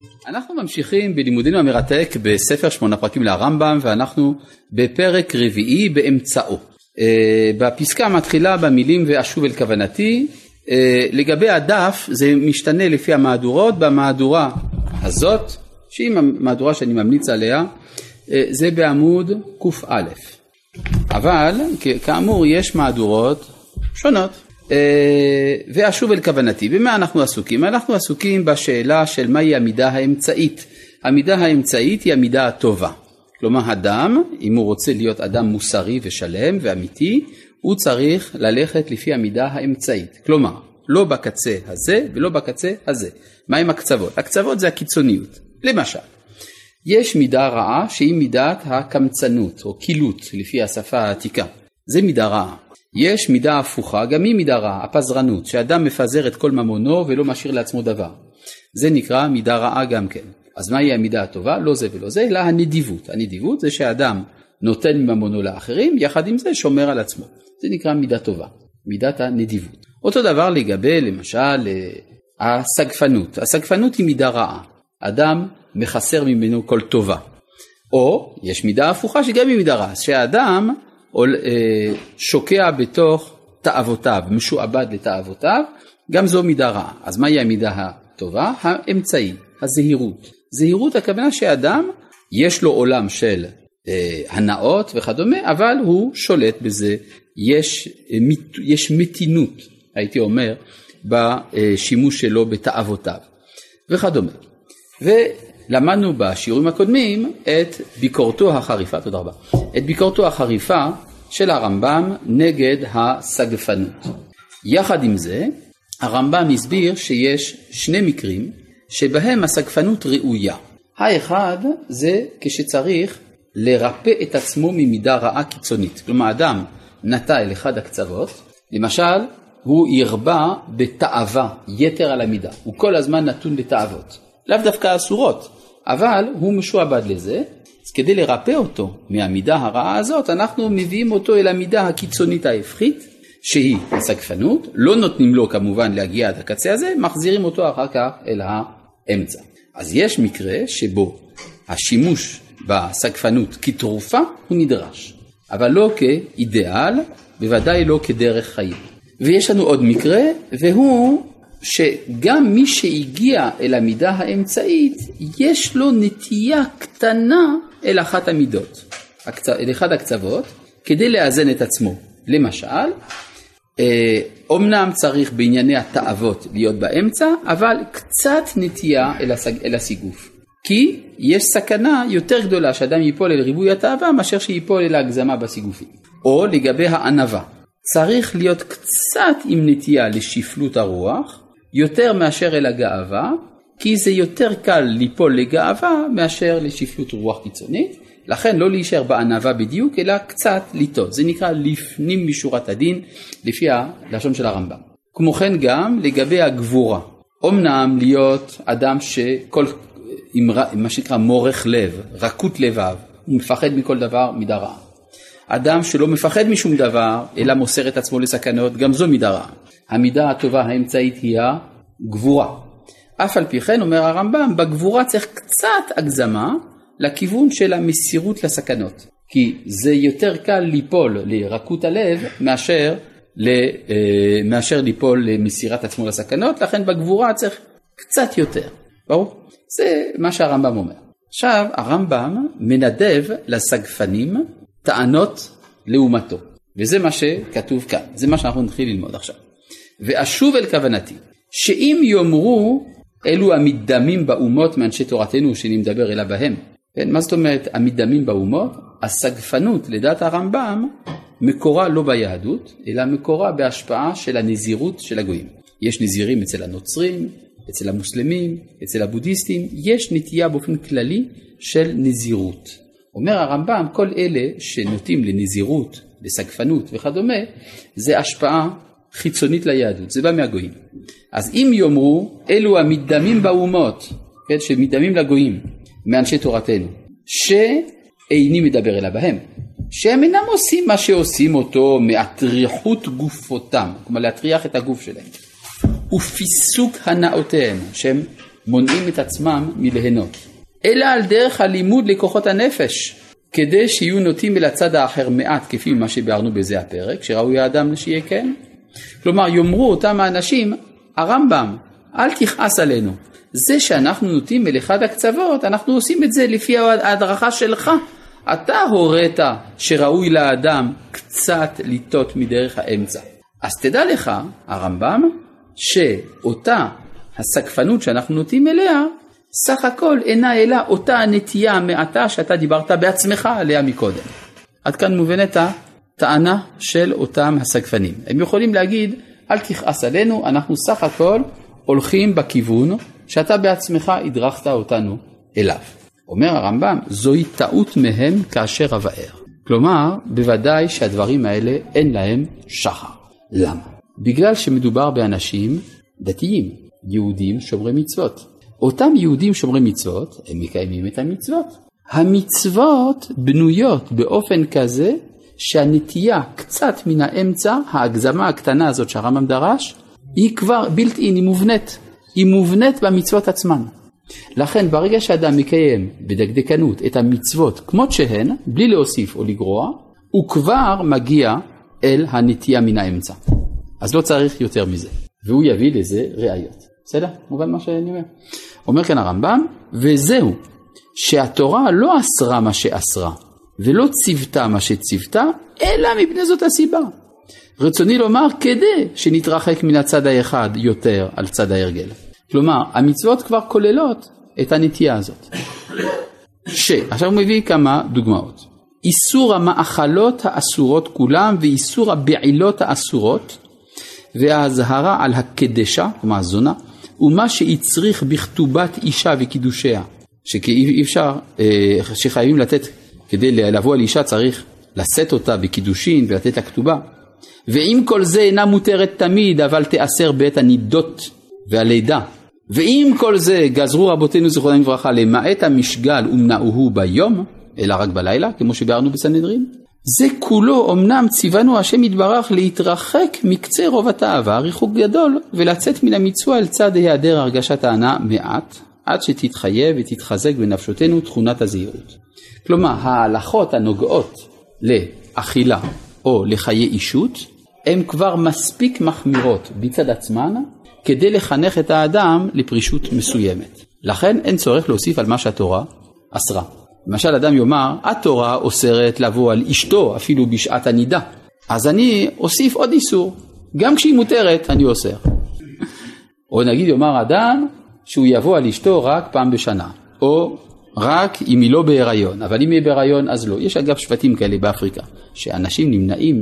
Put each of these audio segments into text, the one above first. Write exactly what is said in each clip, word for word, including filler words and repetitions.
אנחנו ממשיכים בלימודינו המרתק בספר שמונה פרקים לרמב"ם, ואנחנו בפרק רביעי באמצעו. בפסקה מתחילה במילים ואשוב אל כוונתי. לגבי הדף זה משתנה לפי המהדורות. במהדורה הזאת, שהיא המהדורה שאני ממליץ עליה, זה בעמוד ק"א. אבל כאמור יש מהדורות שונות. ואשוב אל כוונתי. במה אנחנו עסוקים? אנחנו עסוקים בשאלה של מהי המידה האמצעית. המידה האמצעית היא המידה הטובה. כלומר, אדם, אם הוא רוצה להיות אדם מוסרי ושלם ואמיתי, הוא צריך ללכת לפי המידה האמצעית. כלומר, לא בקצה הזה ולא בקצה הזה. מה עם הקצוות? הקצוות זה הקיצוניות. למשל, יש מידה רעה שהיא מידת הקמצנות או קילות לפי השפה העתיקה. זה מידה רעה. יש מידה הפוכה, גם היא מידה רעה, הפזרנות, שאדם מפזר את כל ממונו ולא משאיר לעצמו דבר. זה נקרא מידה רעה גם כן. אז מהי המידה הטובה? לא זה ולא זה, אלא הנדיבות. הנדיבות זה שאדם נותן ממונו לאחרים, יחד עם זה שומר על עצמו. זה נקרא מידה טובה, מידת הנדיבות. אותו דבר לגבי, למשל, הסגפנות. הסגפנות היא מידה רעה. אדם מחסר ממנו כל טובה. או, יש מידה הפוכה שגם היא מידה רעה, שהאדם שוקע בתוך תאוותיו, משועבד לתאוותיו, גם זו מידה רעה. אז מהי המידה הטובה? האמצעי, הזהירות. זהירות הכוונה שאדם יש לו עולם של אה, הנאות וכדומה, אבל הוא שולט בזה. יש, יש מתינות, הייתי אומר, בשימוש שלו בתאוותיו וכדומה. ולמדנו בשיעורים הקודמים את ביקורתו החריפה, תודה רבה, את ביקורתו החריפה של הרמב"ם נגד הסגפנות. יחד עם זה, הרמב"ם הסביר שיש שני מקרים שבהם הסגפנות ראויה. האחד זה כשצריך לרפא את עצמו ממידה רעה קיצונית. כלומר, אדם נטע אל אחד הקצוות, למשל, הוא ירבה בתאווה יתר על המידה. הוא כל הזמן נתון בתאוות. לאו דווקא אסורות, אבל הוא משועבד לזה. אז כדי לרפא אותו מהמידה הרעה הזאת, אנחנו מביאים אותו אל המידה הקיצונית ההפכית, שהיא הסגפנות. לא נותנים לו כמובן להגיע עד הקצה הזה, מחזירים אותו אחר כך אל האמצע. אז יש מקרה שבו השימוש בסגפנות כתרופה הוא נדרש, אבל לא כאידאל, בוודאי לא כדרך חיים. ויש לנו עוד מקרה, והוא שגם מי שהגיע אל המידה האמצעית, יש לו נטייה קטנה אל אחת המידות, אל אחד הקצוות, כדי לאזן את עצמו. למשל, אומנם צריך בענייני התאוות להיות באמצע, אבל קצת נטייה אל, הסג, אל הסיגוף. כי יש סכנה יותר גדולה שאדם ייפול אל ריבוי התאווה, מאשר שיפול אל ההגזמה בסיגופים. או לגבי הענבה. צריך להיות קצת עם נטייה לשפלות הרוח, יותר מאשר אל הגאווה, כי זה יותר קל ליפול לגאווה מאשר לשפלות רוח קיצונית. לכן לא להישאר בענווה בדיוק, אלא קצת ליטות. זה נקרא לפנים משורת הדין, לפי הלשון של הרמב"ם. כמו כן גם לגבי הגבורה. אומנם להיות אדם שכל, עם מה שנקרא מורך לב, רכות לבב, הוא מפחד מכל דבר, מידה רעה. אדם שלא מפחד משום דבר, אלא מוסר את עצמו לסכנות, גם זו מידה רעה. המידה הטובה האמצעית היא הגבורה. אף על פי כן, אומר הרמב"ם, בגבורה צריך קצת הגזמה, לכיוון של המסירות לסכנות. כי זה יותר קל ליפול לרכות הלב, מאשר, מאשר ליפול למסירת עצמו לסכנות, לכן בגבורה צריך קצת יותר. ברור? זה מה שהרמב"ם אומר. עכשיו, הרמב"ם מנדב לסגפנים טענות לעומתו. וזה מה שכתוב כאן. זה מה שאנחנו נתחיל ללמוד עכשיו. ואשוב אל כוונתי, שאם יאמרו אלו המדמים באומות מאנשי תורתנו שאני מדבר אליו בהם. כן, מה זאת אומרת המדמים באומות? הסגפנות לדעת הרמב"ם מקורה לא ביהדות, אלא מקורה בהשפעה של הנזירות של הגויים. יש נזירים אצל הנוצרים, אצל המוסלמים, אצל הבודהיסטים, יש נטייה באופן כללי של נזירות. אומר הרמב"ם, כל אלה שנוטים לנזירות, לסגפנות וכדומה, זה השפעה חיצונית ליהדות, זה בא מהגויים. אז אם יאמרו, אלו המדמים באומות, כן, שמדמים לגויים, מאנשי תורתנו, שאיני מדבר אלא בהם, שהם אינם עושים מה שעושים אותו מהטריחות גופותם, כלומר להטריח את הגוף שלהם, ופיסוק הנאותיהם, שהם מונעים את עצמם מלהנות, אלא על דרך הלימוד לכוחות הנפש, כדי שיהיו נוטים אל הצד האחר מעט, כפי מה שביארנו בזה הפרק, שראוי האדם שיהיה כן. כלומר, יאמרו אותם האנשים, הרמב"ם, אל תכעס עלינו. זה שאנחנו נוטים אל אחד הקצוות, אנחנו עושים את זה לפי ההדרכה שלך. אתה הורית שראוי לאדם קצת לטות מדרך האמצע. אז תדע לך, הרמב"ם, שאותה הסקפנות שאנחנו נוטים אליה, סך הכל אינה אלא אותה הנטייה המעטה שאתה דיברת בעצמך עליה מקודם. עד כאן מובנת הטענה של אותם הסקפנים. הם יכולים להגיד, אל תכעס עלינו, אנחנו סך הכל הולכים בכיוון שאתה בעצמך הדרכת אותנו אליו. אומר הרמב"ם, זוהי טעות מהם כאשר הבאר. כלומר, בוודאי שהדברים האלה אין להם שחר. למה? בגלל שמדובר באנשים דתיים, יהודים שומרי מצוות. אותם יהודים שומרי מצוות, הם מקיימים את המצוות. המצוות בנויות באופן כזה שהנטייה קצת מן האמצע, ההגזמה הקטנה הזאת שהרמב"ם דרש, היא כבר בלתי אין, היא מובנית. היא מובנית במצוות עצמן. לכן ברגע שאדם מקיים בדקדקנות את המצוות כמות שהן, בלי להוסיף או לגרוע, הוא כבר מגיע אל הנטייה מן האמצע. אז לא צריך יותר מזה. והוא יביא לזה ראיות. בסדר? מובן מה שאני אומר. אומר כאן הרמב"ם, וזהו, שהתורה לא אסרה מה שאסרה, ולא ציוותה מה שציוותה, אלא מפני זאת הסיבה. רצוני לומר, כדי שנתרחק מן הצד האחד יותר על צד ההרגל. כלומר, המצוות כבר כוללות את הנטייה הזאת. ש, עכשיו הוא מביא כמה דוגמאות. איסור המאכלות האסורות כולם, ואיסור הבעילות האסורות, וההזהרה על הקדשה, כלומר הזונה, ומה שיצריך בכתובת אישה וקידושיה, שאי אפשר, שחייבים לתת, כדי לבוא על אישה צריך לשאת אותה בקידושין ולתת לה כתובה. ואם כל זה אינה מותרת תמיד, אבל תאסר בעת הנידות והלידה. ואם כל זה גזרו רבותינו זכרונם לברכה למעט המשגל ומנעוהו ביום, אלא רק בלילה, כמו שביארנו בסנהדרין, זה כולו אמנם ציוונו השם יתברך להתרחק מקצה רוב התאווה, ריחוק גדול, ולצאת מן המצווה אל צד היעדר הרגשת ההנאה מעט, עד שתתחייב ותתחזק בנפשותנו תכונת הזהירות. כלומר, ההלכות הנוגעות לאכילה או לחיי אישות, הן כבר מספיק מחמירות בצד עצמן, כדי לחנך את האדם לפרישות מסוימת. לכן אין צורך להוסיף על מה שהתורה אסרה. למשל אדם יאמר, התורה אוסרת לבוא על אשתו אפילו בשעת הנידה. אז אני אוסיף עוד איסור. גם כשהיא מותרת אני אוסר. או נגיד יאמר אדם שהוא יבוא על אשתו רק פעם בשנה. או רק אם היא לא בהיריון. אבל אם היא בהיריון אז לא. יש אגב שבטים כאלה באפריקה. שאנשים נמנעים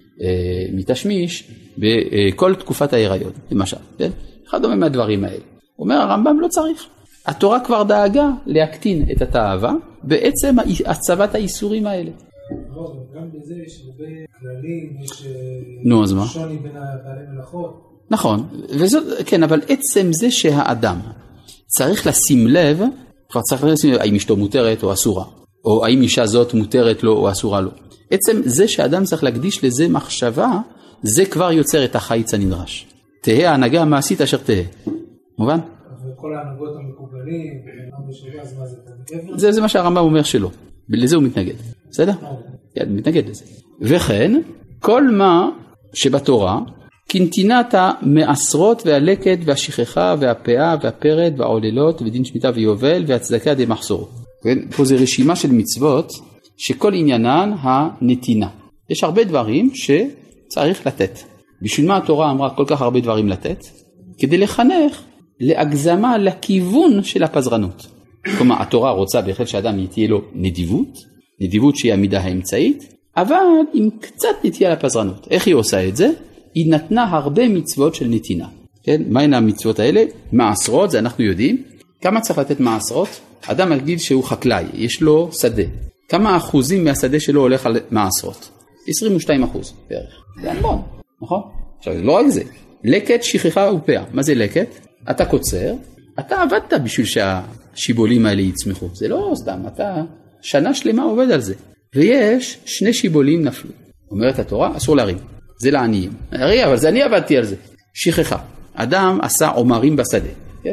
מתשמיש בכל תקופת ההיריון. למשל. כן? אחד דומה מהדברים האלה. אומר הרמב"ם לא צריך. התורה כבר דאגה להקטין את התאווה בעצם הצבת האיסורים האלה. גם בזה יש הרבה כללים, יש שוני בין בעלי מלאכות. נכון, וזאת, כן, אבל עצם זה שהאדם צריך לשים לב, כבר צריך לשים לב האם אשתו מותרת או אסורה, או האם אישה זאת מותרת לו או אסורה לו. עצם זה שהאדם צריך להקדיש לזה מחשבה, זה כבר יוצר את החיץ הנדרש. תהא ההנהגה המעשית אשר תהא. מובן? וכל ההנהגות המקובלים, אז מה זה? זה, זה מה שהרמב"ם אומר שלא. לזה הוא מתנגד. בסדר? כן, מתנגד לזה. וכן, כל מה שבתורה, כנתינת המעשרות והלקט והשכחה והפאה והפרד והעוללות ודין שמיטה ויובל והצדקה די מחסור. כן? פה זה רשימה של מצוות שכל עניינן הנתינה. יש הרבה דברים שצריך לתת. בשביל מה התורה אמרה כל כך הרבה דברים לתת? כדי לחנך להגזמה לכיוון של הפזרנות. כלומר, התורה רוצה בהחלט שאדם תהיה לו נדיבות, נדיבות שהיא המידה האמצעית, אבל עם קצת נטייה לפזרנות. איך היא עושה את זה? היא נתנה הרבה מצוות של נתינה. כן? מהן המצוות האלה? מעשרות, זה אנחנו יודעים. כמה צריך לתת מעשרות? אדם מגיד שהוא חקלאי, יש לו שדה. כמה אחוזים מהשדה שלו הולך על מעשרות? עשרים ושתיים אחוז בערך. זה המון, נכון? עכשיו, לא רק זה. לקט, שכחה ופאה. מה זה לקט? אתה קוצר, אתה עבדת בשביל שהשיבולים האלה יצמחו. זה לא סתם, אתה שנה שלמה עובד על זה. ויש שני שיבולים נפלו. אומרת התורה, אסור להרים. זה לעניים. הרי, אבל זה אני עבדתי על זה. שכחה. אדם עשה עומרים בשדה. כן?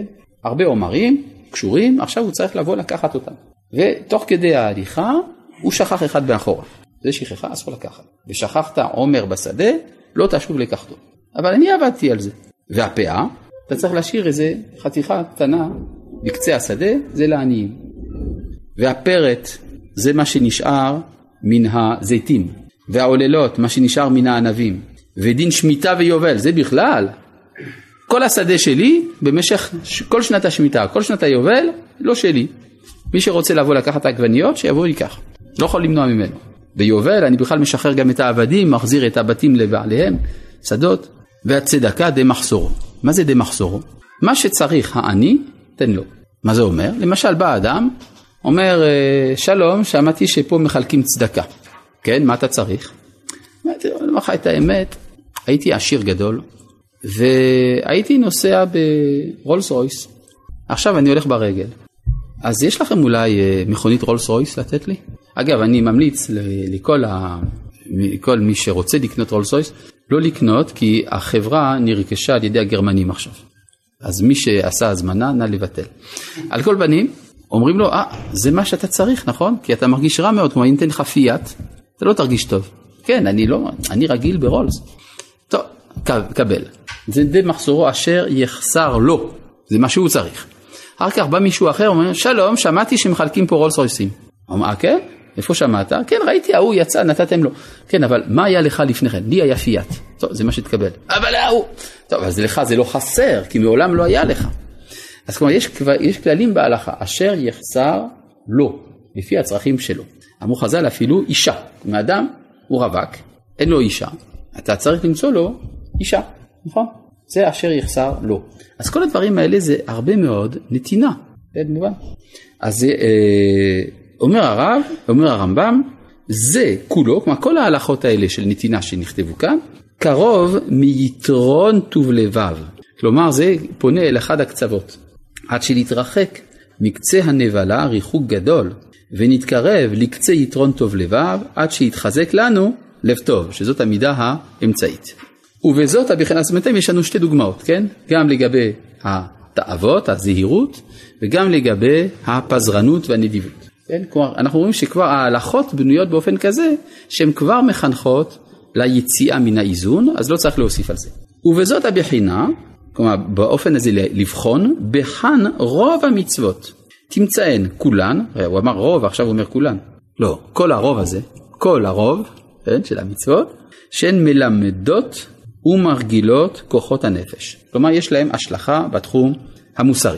הרבה עומרים קשורים, עכשיו הוא צריך לבוא לקחת אותם. ותוך כדי ההליכה, הוא שכח אחד באחורה. זה שכחה, אסור לקחת. ושכחת עומר בשדה, לא תשוב לקחתו. אבל אני עבדתי על זה. והפאה, אתה צריך להשאיר איזה חתיכה קטנה בקצה השדה, זה לעניים. והפרט, זה מה שנשאר מן הזיתים. והעוללות, מה שנשאר מן הענבים. ודין שמיטה ויובל, זה בכלל. כל השדה שלי, במשך כל שנת השמיטה, כל שנת היובל, לא שלי. מי שרוצה לבוא לקחת העגבניות, שיבוא ייקח. לא יכול למנוע ממנו. ביובל אני בכלל משחרר גם את העבדים, מחזיר את הבתים לבעליהם, שדות, והצדקה די מחסורו. מה זה די מחסורו? מה שצריך העני, תן לו. מה זה אומר? למשל בא אדם, אומר, שלום, שמעתי שפה מחלקים צדקה. כן, מה אתה צריך? אני אומר לך את האמת, הייתי עשיר גדול, והייתי נוסע ברולס רויס. עכשיו אני הולך ברגל. אז יש לכם אולי מכונית רולס רויס לתת לי? אגב, אני ממליץ לכל, ה... לכל מי שרוצה לקנות רולס רויס, לא לקנות, כי החברה נרכשה על ידי הגרמנים עכשיו. אז מי שעשה הזמנה, נא לבטל. על כל פנים, אומרים לו, אה, זה מה שאתה צריך, נכון? כי אתה מרגיש רע מאוד, כמו אני נתן לך פיאט, אתה לא תרגיש טוב. כן, אני לא, אני רגיל ברולס. טוב, קבל. זה די מחסורו אשר יחסר לו. זה מה שהוא צריך. אחר כך בא מישהו אחר, אומר, שלום, שמעתי שמחלקים פה רולס רויסים. אומר, אה, כן? איפה שמעת? כן, ראיתי, ההוא יצא, נתתם לו. כן, אבל מה היה לך לפני כן? לי היה פיאט. טוב, זה מה שתקבל. אבל ההוא. טוב, אז לך זה לא חסר, כי מעולם לא היה לך. אז כלומר, יש, יש כללים בהלכה, אשר יחסר לו, לפי הצרכים שלו. אמרו חז"ל אפילו אישה. מאדם הוא רווק, אין לו אישה. אתה צריך למצוא לו אישה, נכון? זה אשר יחסר לו. אז כל הדברים האלה זה הרבה מאוד נתינה. זה מובן. אז אה, אומר הרב, אומר הרמב"ם, זה כולו, כמו כל ההלכות האלה של נתינה שנכתבו כאן, קרוב מיתרון טוב לבב. כלומר, זה פונה אל אחד הקצוות. עד שלהתרחק מקצה הנבלה ריחוק גדול, ונתקרב לקצה יתרון טוב לבב, עד שיתחזק לנו לב טוב, שזאת המידה האמצעית. ובזאת הבחינה, זאת אומרת, יש לנו שתי דוגמאות, כן? גם לגבי התאוות, הזהירות, וגם לגבי הפזרנות והנדיבות. כן? כלומר, אנחנו רואים שכבר ההלכות בנויות באופן כזה, שהן כבר מחנכות ליציאה מן האיזון, אז לא צריך להוסיף על זה. ובזאת הבחינה, כלומר, באופן הזה לבחון, בחן רוב המצוות. תמצאן כולן, הוא אמר רוב, עכשיו הוא אומר כולן. לא, כל הרוב הזה, כל הרוב, כן, של המצוות, שהן מלמדות ומרגילות כוחות הנפש. כלומר, יש להם השלכה בתחום המוסרי.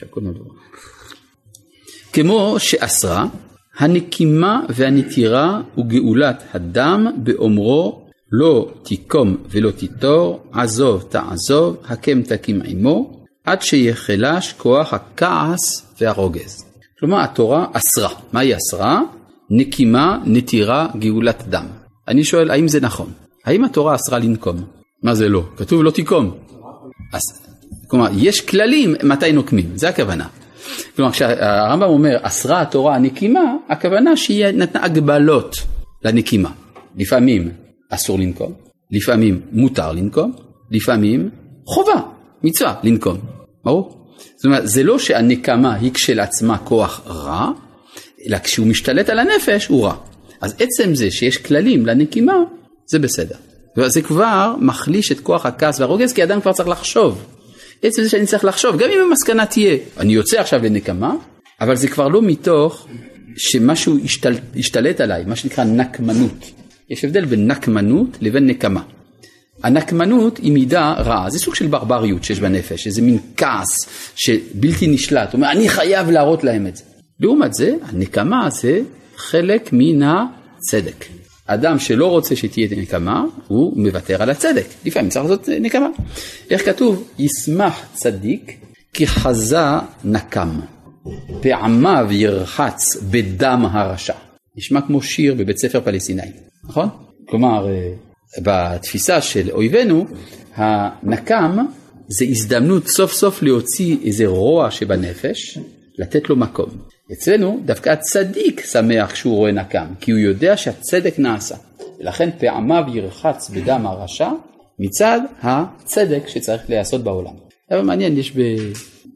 כמו שאסרה, הנקימה והנטירה וגאולת הדם באומרו, לא תיקום ולא תיטור, עזוב תעזוב, הקם תקים עמו, עד שיחלש כוח הכעס והרוגז. כלומר, התורה אסרה. מה היא אסרה? נקימה, נטירה, גאולת דם. אני שואל, האם זה נכון? האם התורה אסרה לנקום? מה זה לא? כתוב לא תיקום. אז, כלומר, יש כללים מתי נוקמים, זה הכוונה. כלומר, כשהרמב"ם אומר, אסרה התורה הנקימה, הכוונה שהיא נתנה הגבלות לנקימה. לפעמים אסור לנקום, לפעמים מותר לנקום, לפעמים חובה, מצווה לנקום. ברור? זאת אומרת, זה לא שהנקמה היא כשלעצמה כוח רע, אלא כשהוא משתלט על הנפש הוא רע. אז עצם זה שיש כללים לנקימה, זה בסדר. וזה כבר מחליש את כוח הכעס והרוגז, כי אדם כבר צריך לחשוב. עצם זה שאני צריך לחשוב, גם אם המסקנה תהיה, אני יוצא עכשיו לנקמה, אבל זה כבר לא מתוך שמשהו השתל, השתלט עליי, מה שנקרא נקמנות. יש הבדל בין נקמנות לבין נקמה. הנקמנות היא מידה רעה, זה סוג של ברבריות שיש בנפש, איזה מין כעס שבלתי נשלט, הוא אומר, אני חייב להראות להם את זה. לעומת זה, הנקמה זה חלק מן הצדק. אדם שלא רוצה שתהיה נקמה, הוא מוותר על הצדק. לפעמים צריך לעשות נקמה. איך כתוב? ישמח צדיק כי חזה נקם. פעמיו ירחץ בדם הרשע. נשמע כמו שיר בבית ספר פלסטיני. נכון? כלומר, בתפיסה של אויבינו, הנקם זה הזדמנות סוף סוף להוציא איזה רוע שבנפש, לתת לו מקום. אצלנו דווקא הצדיק שמח כשהוא רואה נקם, כי הוא יודע שהצדק נעשה. ולכן פעמיו ירחץ בדם הרשע מצד הצדק שצריך לעשות בעולם. אבל מעניין, יש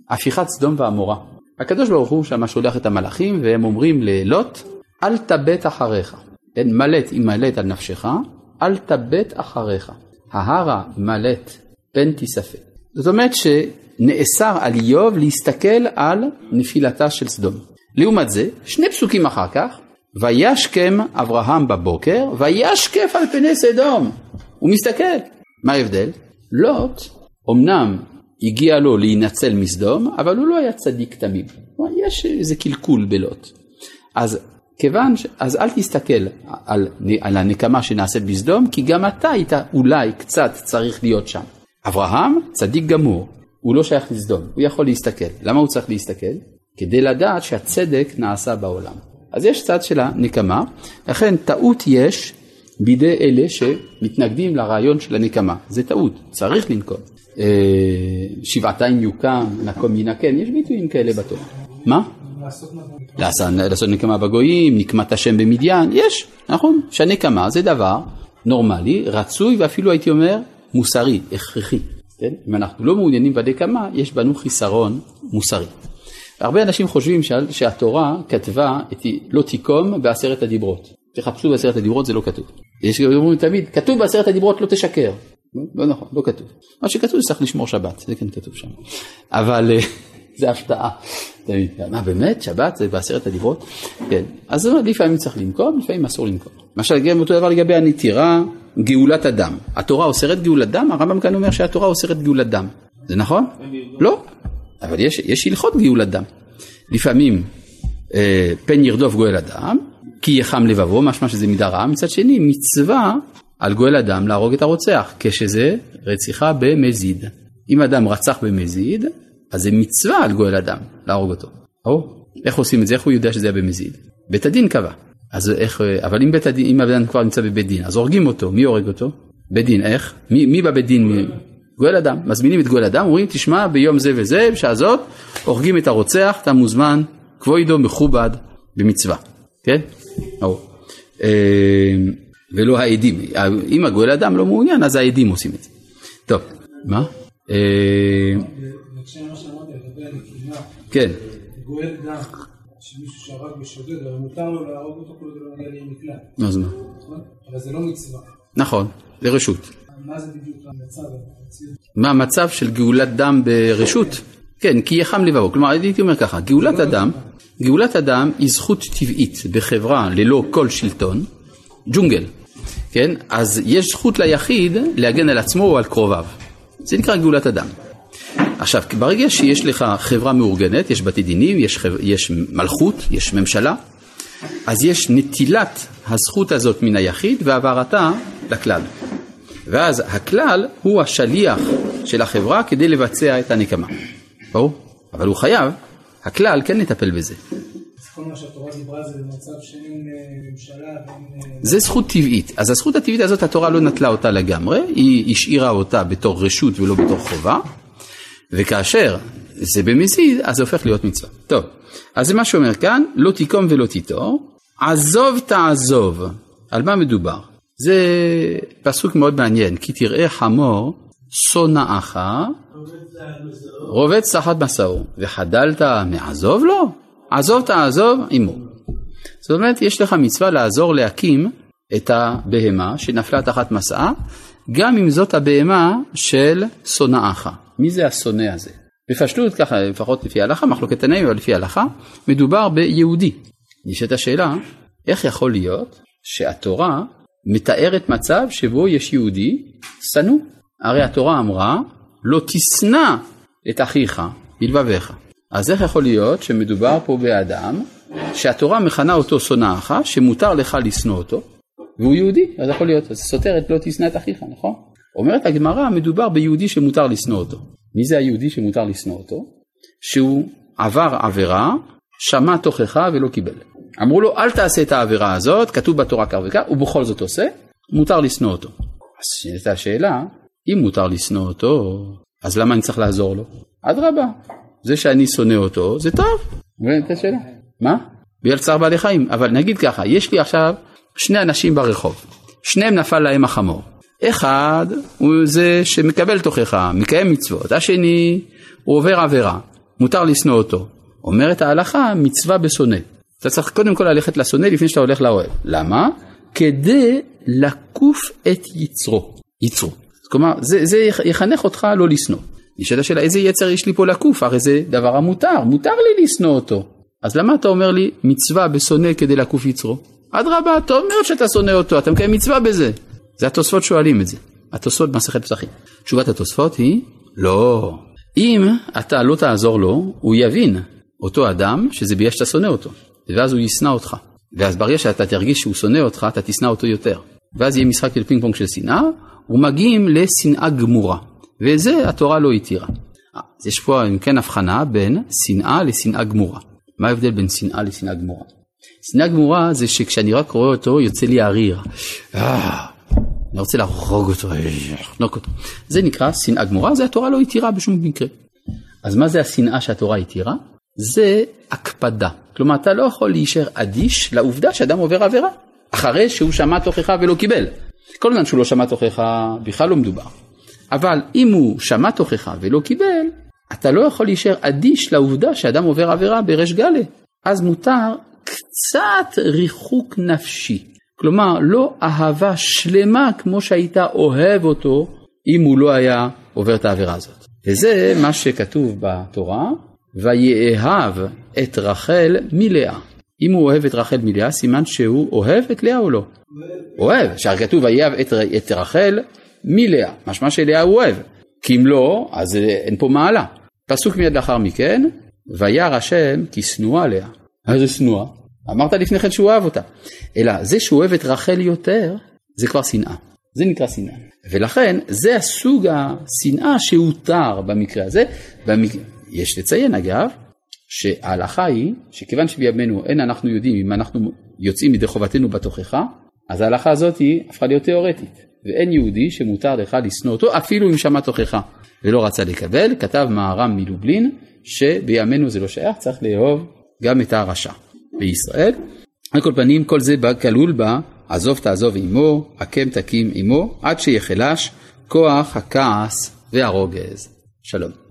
הפיכת סדום ועמורה. הקדוש ברוך הוא שמה שולח את המלאכים והם אומרים ללוט, אל תבט אחריך. כן, מלט אם מלט על נפשך, אל תבט אחריך. ההרה מלט פן תיספה. זאת אומרת שנאסר על איוב להסתכל על נפילתה של סדום. לעומת זה, שני פסוקים אחר כך, וישכם אברהם בבוקר, וישקף על פני סדום. הוא מסתכל. מה ההבדל? לוט, אמנם הגיע לו להינצל מסדום, אבל הוא לא היה צדיק תמים. יש איזה קלקול בלוט. אז כיוון, ש... אז אל תסתכל על, על הנקמה שנעשית בסדום, כי גם אתה היית אולי קצת צריך להיות שם. אברהם, צדיק גמור, הוא לא שייך לסדום, הוא יכול להסתכל. למה הוא צריך להסתכל? כדי לדעת שהצדק נעשה בעולם. אז יש צד של הנקמה, לכן טעות יש בידי אלה שמתנגדים לרעיון של הנקמה. זה טעות, צריך לנקום. שבעתיים יוקם, נקום ינקם, יש ביטויים כאלה בתורה. מה? לעשות נקמה בגויים, נקמת השם במדיין, יש, נכון? שהנקמה זה דבר נורמלי, רצוי ואפילו הייתי אומר מוסרי, הכרחי. כן? אם אנחנו לא מעוניינים בנקמה, יש בנו חיסרון מוסרי. הרבה אנשים חושבים שהתורה כתבה את לא תיקום בעשרת הדיברות. תחפשו בעשרת הדיברות, זה לא כתוב. יש אומרים תמיד, כתוב בעשרת הדיברות לא תשקר. לא נכון, לא כתוב. מה שכתוב זה צריך לשמור שבת, זה כן כתוב שם. אבל זה הפתעה. מה באמת? שבת זה בעשרת הדיברות? כן. אז לפעמים צריך לנקום, לפעמים אסור לנקום. למשל, גם אותו דבר לגבי הנטירה, גאולת אדם. התורה אוסרת גאולת דם? הרמב"ם כאן אומר שהתורה אוסרת גאולת דם. זה נכון? לא. אבל יש, יש הלכות גאולת דם. לפעמים אה, פן ירדוף גואל אדם, כי יחם לבבו, משמע שזה מידה רעה. מצד שני, מצווה על גואל אדם להרוג את הרוצח, כשזה רציחה במזיד. אם אדם רצח במזיד, אז זה מצווה על גואל אדם להרוג אותו. או, איך עושים את זה? איך הוא יודע שזה היה במזיד? בית הדין קבע. אז איך, אבל אם בית הדין, אם אדם כבר נמצא בבית דין, אז הורגים אותו. מי הורג אותו? בית דין, איך? מי, מי בבית דין? גואל אדם. מזמינים את גואל אדם, אומרים, תשמע, ביום זה וזה, בשעה זאת, הורגים את הרוצח, אתה מוזמן, כבודו מכובד במצווה. כן? או. ולא העדים. אם הגואל אדם לא מעוניין, אז העדים עושים את זה. טוב, מה? כן. גואל דם, שמישהו שהרג בשודד, אבל מותר לו להרוג אותו כל עוד לא מגיע למקלט. אז מה? אבל זה לא מצווה. נכון, זה רשות. מה זה בדיוק המצב? מה המצב של גאולת דם ברשות? כן, כי יחם לבבו. כלומר, הייתי אומר ככה, גאולת אדם, גאולת אדם היא זכות טבעית בחברה ללא כל שלטון, ג'ונגל. כן? אז יש זכות ליחיד להגן על עצמו או על קרוביו. זה נקרא גאולת אדם. עכשיו, ברגע שיש לך חברה מאורגנת, יש בתי דינים, יש, חבר, יש מלכות, יש ממשלה, אז יש נטילת הזכות הזאת מן היחיד והעברתה לכלל. ואז הכלל הוא השליח של החברה כדי לבצע את הנקמה. ברור? אבל הוא חייב, הכלל כן לטפל בזה. כל מה שהתורה דיברה זה במצב שאין ממשלה ואין... זה זכות טבעית. אז הזכות הטבעית הזאת התורה לא נטלה אותה לגמרי, היא השאירה אותה בתור רשות ולא בתור חובה, וכאשר זה במזיד, אז זה הופך להיות מצווה. טוב, אז זה מה שאומר כאן, לא תיקום ולא תיטור, עזוב תעזוב. על מה מדובר? זה פסוק מאוד מעניין, כי תראה חמור, שונאך, רובץ תחת מסעו, וחדלת מעזוב לו? עזוב תעזוב עמו. זאת אומרת, יש לך מצווה לעזור להקים את הבהמה שנפלה תחת מסעה, גם אם זאת הבהמה של שונאך. מי זה השונא הזה? בפשטות ככה, לפחות לפי ההלכה, מחלוקת תנאים, אבל לפי ההלכה, מדובר ביהודי. נשאלת השאלה, איך יכול להיות שהתורה מתארת מצב שבו יש יהודי שנוא? הרי התורה אמרה, לא תשנא את אחיך בלבביך. אז איך יכול להיות שמדובר פה באדם, שהתורה מכנה אותו שונאך, שמותר לך לשנוא אותו, והוא יהודי? אז יכול להיות, אז סותרת לא תשנא את אחיך, נכון? אומרת הגמרא, מדובר ביהודי שמותר לשנוא אותו. מי זה היהודי שמותר לשנוא אותו? שהוא עבר עבירה, שמע תוכחה ולא קיבל. אמרו לו, אל תעשה את העבירה הזאת, כתוב בתורה כך וכך, ובכל זאת עושה, מותר לשנוא אותו. אז שאלת השאלה, אם מותר לשנוא אותו, אז למה אני צריך לעזור לו? אדרבה, זה שאני שונא אותו, זה טוב. מבין את השאלה? מה? בגלל צער בעלי חיים. אבל נגיד ככה, יש לי עכשיו שני אנשים ברחוב, שניהם נפל להם החמור. אחד הוא זה שמקבל תוכחה, מקיים מצוות, השני הוא עובר עבירה. מותר לשנוא אותו. אומרת ההלכה, מצווה בשונא. אתה צריך קודם כל ללכת לשונא לפני שאתה הולך לאוהב. למה? כדי לקוף את יצרו. יצרו. כלומר, זה, זה יחנך אותך לא לשנוא. נשאלת השאלה, איזה יצר יש לי פה לקוף? הרי זה דבר המותר, מותר לי לשנוא אותו. אז למה אתה אומר לי מצווה בשונא כדי לקוף יצרו? אדרבה, אתה אומר שאתה שונא אותו, אתה מקיים מצווה בזה. זה התוספות שואלים את זה. התוספות במסכת פסחים. תשובת התוספות היא, לא. אם אתה לא תעזור לו, הוא יבין אותו אדם שזה בגלל שאתה שונא אותו. ואז הוא ישנא אותך. ואז ברגע שאתה תרגיש שהוא שונא אותך, אתה תשנא אותו יותר. ואז יהיה משחק של פינג פונג של שנאה, ומגיעים לשנאה גמורה. וזה התורה לא התירה. אז יש פה אם כן הבחנה בין שנאה לשנאה גמורה. מה ההבדל בין שנאה לשנאה גמורה? שנאה גמורה זה שכשאני רק רואה אותו יוצא לי הריר. אני רוצה להרוג אותו, לחנוק אותו. זה נקרא שנאה גמורה, זה התורה לא התירה בשום מקרה. אז מה זה השנאה שהתורה התירה? זה הקפדה. כלומר, אתה לא יכול להישאר אדיש לעובדה שאדם עובר עבירה, אחרי שהוא שמע תוכחה ולא קיבל. כל הזמן שהוא לא שמע תוכחה, בכלל לא מדובר. אבל אם הוא שמע תוכחה ולא קיבל, אתה לא יכול להישאר אדיש לעובדה שאדם עובר עבירה ברש גלה. אז מותר קצת ריחוק נפשי. כלומר, לא אהבה שלמה כמו שהיית אוהב אותו, אם הוא לא היה עובר את העבירה הזאת. וזה מה שכתוב בתורה, ויאהב את רחל מלאה. אם הוא אוהב את רחל מלאה, סימן שהוא אוהב את לאה או לא? אוהב. שהרי כתוב ויאהב את, את רחל מלאה. משמע שלאה הוא אוהב. כי אם לא, אז אין פה מעלה. פסוק מיד לאחר מכן, וירא השם כי שנואה לאה. אז זה שנואה. אמרת לפני כן שהוא אוהב אותה. אלא זה שהוא אוהב את רחל יותר, זה כבר שנאה. זה נקרא שנאה. ולכן זה הסוג השנאה שהותר במקרה הזה. במק... יש לציין אגב, שההלכה היא, שכיוון שבימינו אין אנחנו יודעים אם אנחנו יוצאים מדי חובתנו בתוכחה, אז ההלכה הזאת היא הפכה להיות תיאורטית. ואין יהודי שמותר לך לשנוא אותו, אפילו אם שמע תוכחה ולא רצה לקבל. כתב מהר"ם מלובלין, שבימינו זה לא שייך, צריך לאהוב גם את הרשע. בישראל, על כל פנים, כל זה כלול בה, עזוב תעזוב עמו, הקם תקים עמו, עד שיחלש כוח הכעס והרוגז. שלום.